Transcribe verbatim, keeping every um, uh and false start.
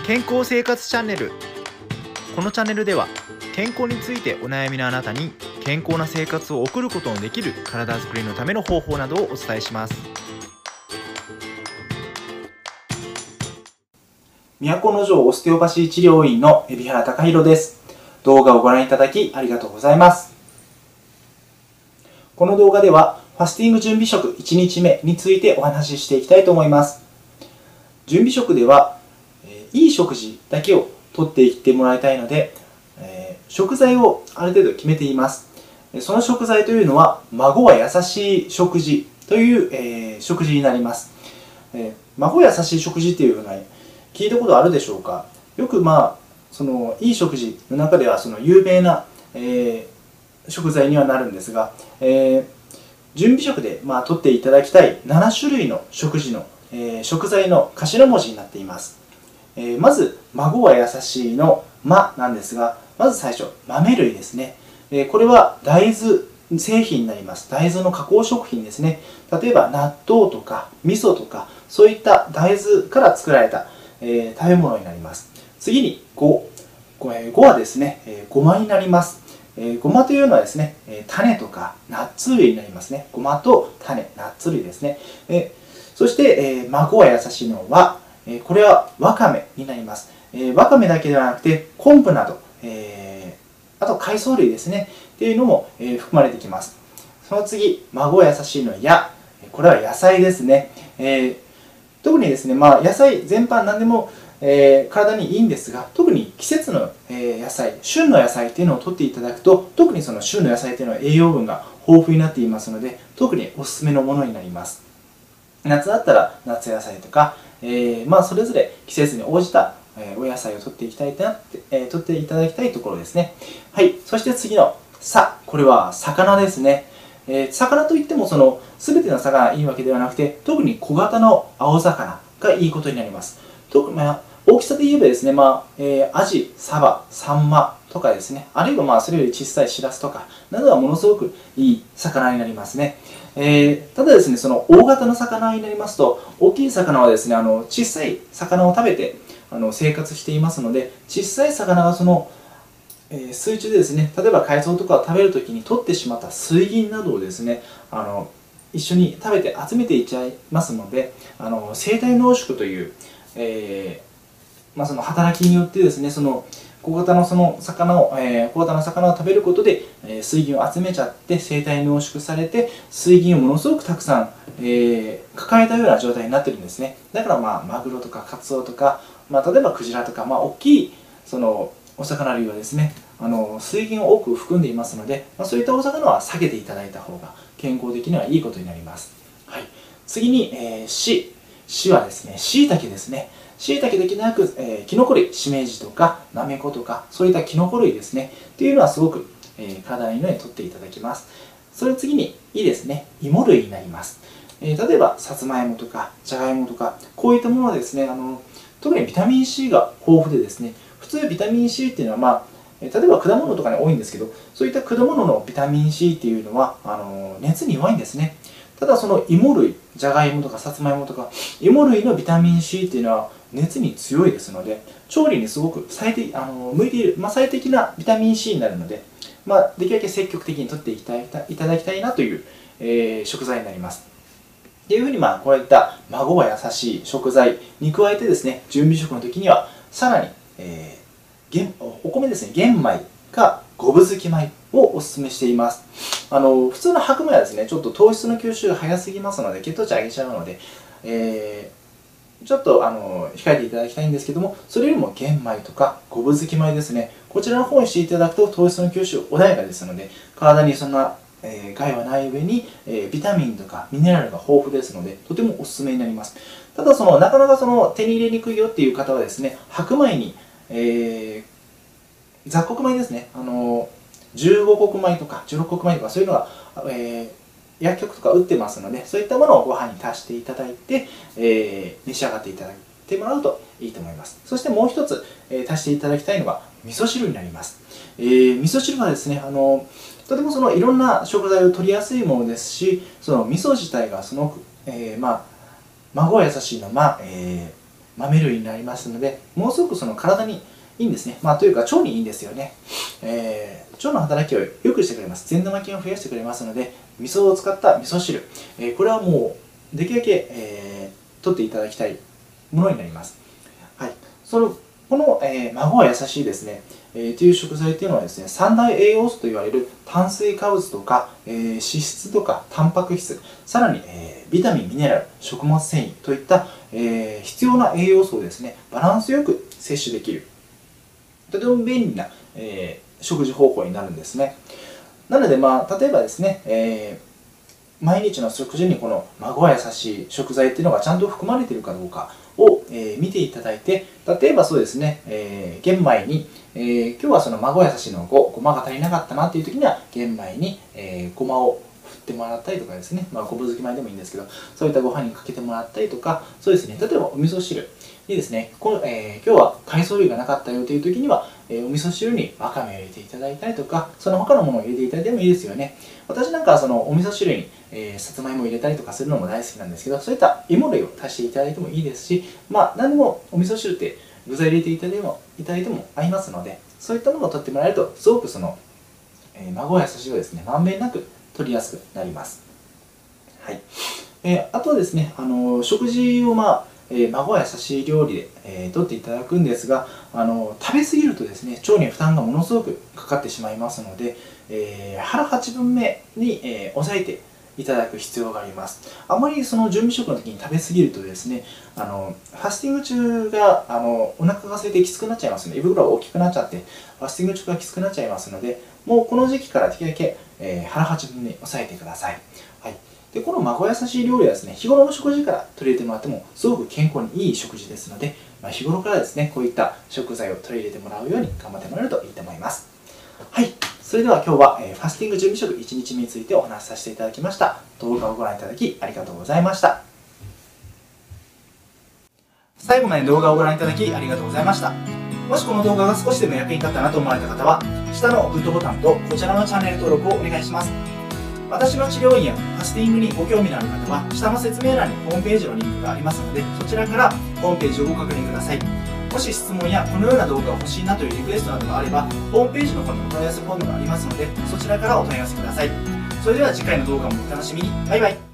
健康生活チャンネル。このチャンネルでは健康についてお悩みのあなたに健康な生活を送ることのできる体づくりのための方法などをお伝えします。 都城オステオパシー治療院の海老原貴弘です。動画をご覧いただきありがとうございます。この動画ではファスティング準備食いちにちめについてお話ししていきたいと思います。準備食では、えー、いい食事だけをとっていってもらいたいので、えー、食材をある程度決めています。その食材というのは孫は優しい食事という、えー、食事になります。えー、孫優しい食事っていうのは聞いたことあるでしょうか。よくまあそのいい食事の中ではその有名な、えー、食材にはなるんですが、えー、準備食でまあ取っていただきたいななしゅるいの食事の、えー、食材の頭文字になっています。えー、まず孫は優しいの「ま」なんですが、まず最初豆類ですね。えー、これは大豆製品になります。大豆の加工食品ですね。例えば納豆とか味噌とかそういった大豆から作られた、えー、食べ物になります。次にご、えー、ごはですね、えー、ごまになります。えー、ごまというのはですね、えー、種とかナッツ類になりますね。ごまと種、ナッツ類ですね。えー、そして、えー、孫は優しいのは、えー、これはわかめになります。えー、わかめだけではなくて昆布など、えー、あと海藻類ですねっていうのも、えー、含まれてきます。その次、孫は優しいのや、これは野菜ですね。えー、特にですね、まあ、野菜全般何でもえー、体にいいんですが、特に季節の、えー、野菜、旬の野菜っていうのを取っていただくと、特にその旬の野菜っていうのは栄養分が豊富になっていますので、特におすすめのものになります。夏だったら夏野菜とか、えー、まあそれぞれ季節に応じた、えー、お野菜を取っていきたいなって、えー、取っていただきたいところですね。はい、そして次のさ、これは魚ですね。えー、魚といってもその全ての魚がいいわけではなくて、特に小型の青魚がいいことになります。特にまあ大きさで言えばですね、まあえー、アジ、サバ、サンマとかですね、あるいはまあそれより小さいシラスとかなどはものすごくいい魚になりますね。えー、ただですね、その大型の魚になりますと、大きい魚はですね、あの小さい魚を食べてあの生活していますので、小さい魚がその、えー、水中でですね、例えば海藻とかを食べるときに取ってしまった水銀などをですね、あの一緒に食べて集めていっちゃいますので、あの生体濃縮という、えーまあ、その働きによってですね、その小型のその魚を、えー、小型の魚を食べることで、えー、水銀を集めちゃって生体濃縮されて水銀をものすごくたくさん、えー、抱えたような状態になってるんですね。だからまあマグロとかカツオとか、まあ、例えばクジラとか、まあ、大きいそのお魚類はですね、あの水銀を多く含んでいますので、まあ、そういったお魚は避けていただいた方が健康的にはいいことになります。はい、次に、えー、し、しはですね、しいたけですね。しいたけだけでなく、えー、キノコ類、しめじとかなめことかそういったキノコ類ですねっていうのはすごく、えー、体にいいので取っていただきます。それ次にいいですね、芋類になります。えー、例えばさつまいもとかじゃがいもとかこういったものはですね、あの特にビタミン C が豊富でですね、普通ビタミン C っていうのは、まあ、例えば果物とかに多いんですけど、そういった果物のビタミン C っていうのはあの熱に弱いんですね。ただその芋類、じゃがいもとかさつまいもとか芋類のビタミン C っていうのは熱に強いですので、調理にすごく最適あの向いている、まあ、最適なビタミン C になるので、まあ、できるだけ積極的に取っていただきたい、いただきたいなという、えー、食材になります。っていうふうに、まあ、こういった孫は優しい食材に加えてですね、準備食の時にはさらに、えー、お米ですね、玄米か五分づき米をお勧めしています。あの普通の白米はですね、ちょっと糖質の吸収が早すぎますので、血糖値上げちゃうので、えーちょっとあの控えていただきたいんですけども、それよりも玄米とか五分づき米ですね、こちらの方にしていただくと糖質の吸収穏やかですので、体にそんな、えー、害はない上に、えー、ビタミンとかミネラルが豊富ですので、とてもおすすめになります。ただそのなかなかその手に入れにくいよっていう方はですね、白米に、えー、雑穀米ですね、あのじゅうごこく米とかじゅうろっこく米とかそういうのが、えー薬局とか売ってますので、そういったものをご飯に足していただいて、えー、召し上がっていただいてもらうといいと思います。そしてもう一つ、えー、足していただきたいのが味噌汁になります。えー、味噌汁はですね、あのとてもそのいろんな食材を取りやすいものですし、その味噌自体がすごく、えー、まあ孫は優しいのま、えー、 豆類になりますので、ものすごくその体にいいんですね。まあというか腸にいいんですよね。えー、腸の働きを良くしてくれます。善玉菌を増やしてくれますので、味噌を使った味噌汁、えー、これはもうできるだけ、えー、取っていただきたいものになります。はい。そのこの、えー、孫は優しいですね、えー、という食材というのはですね、三大栄養素と言われる炭水化物とか、えー、脂質とかタンパク質、さらに、えー、ビタミン、ミネラル、食物繊維といった、えー、必要な栄養素をですね、バランスよく摂取できる、とても便利な、えー、食事方法になるんですね。なので、まあ、例えばですね、えー毎日の食事にこの孫は優しい食材っていうのがちゃんと含まれているかどうかを、えー、見ていただいて、例えばそうですね、えー、玄米に、えー、今日はその孫は優しいのご、ごまが足りなかったなっていう時には玄米に、えー、ごまを振ってもらったりとかですね、まあ、ごぶづき米でもいいんですけど、そういったご飯にかけてもらったりとか、そうですね、例えばお味噌汁にですね、このえー、今日は海藻類がなかったよという時には、えー、お味噌汁にわかめを入れていただいたりとか、その他のものを入れていただいてもいいですよね。私なんかはそのお味噌汁に、えー、さつまいもを入れたりとかするのも大好きなんですけど、そういった芋類を足していただいてもいいですし、まあ何でもお味噌汁って具材入れていただいてもいただいても合いますので、そういったものを取ってもらえるとすごくその、えー、孫や優しいをですね、まんべんなく取りやすくなります。はい。えー、あとはですね、あのー、食事をまあえー、孫は優しい料理で、えー、とっていただくんですが、あの食べ過ぎるとですね、腸に負担がものすごくかかってしまいますので、えー、腹はちぶんめに、えー、抑えていただく必要があります。あまりその準備食の時に食べ過ぎるとですね、あのファスティング中があのお腹が空いてきつくなっちゃいますので、胃袋が大きくなっちゃって、ファスティング中がきつくなっちゃいますので、もうこの時期からできるだけ、えー、腹はちぶんめに抑えてください。はい。でこの孫優しい料理はですね、日頃の食事から取り入れてもらってもすごく健康にいい食事ですので、まあ、日頃からですね、こういった食材を取り入れてもらうように頑張ってもらえるといいと思います。はい、それでは今日は、えー、ファスティング準備食いちにちめについてお話しさせていただきました。動画をご覧いただきありがとうございました。最後まで動画をご覧いただきありがとうございました。もしこの動画が少しでも役に立ったなと思われた方は、下のグッドボタンとこちらのチャンネル登録をお願いします。私の治療院やファスティングにご興味のある方は、下の説明欄にホームページのリンクがありますので、そちらからホームページをご確認ください。もし質問やこのような動画が欲しいなというリクエストなどがあれば、ホームページの方にお問い合わせフォームがありますので、そちらからお問い合わせください。それでは次回の動画もお楽しみに。バイバイ。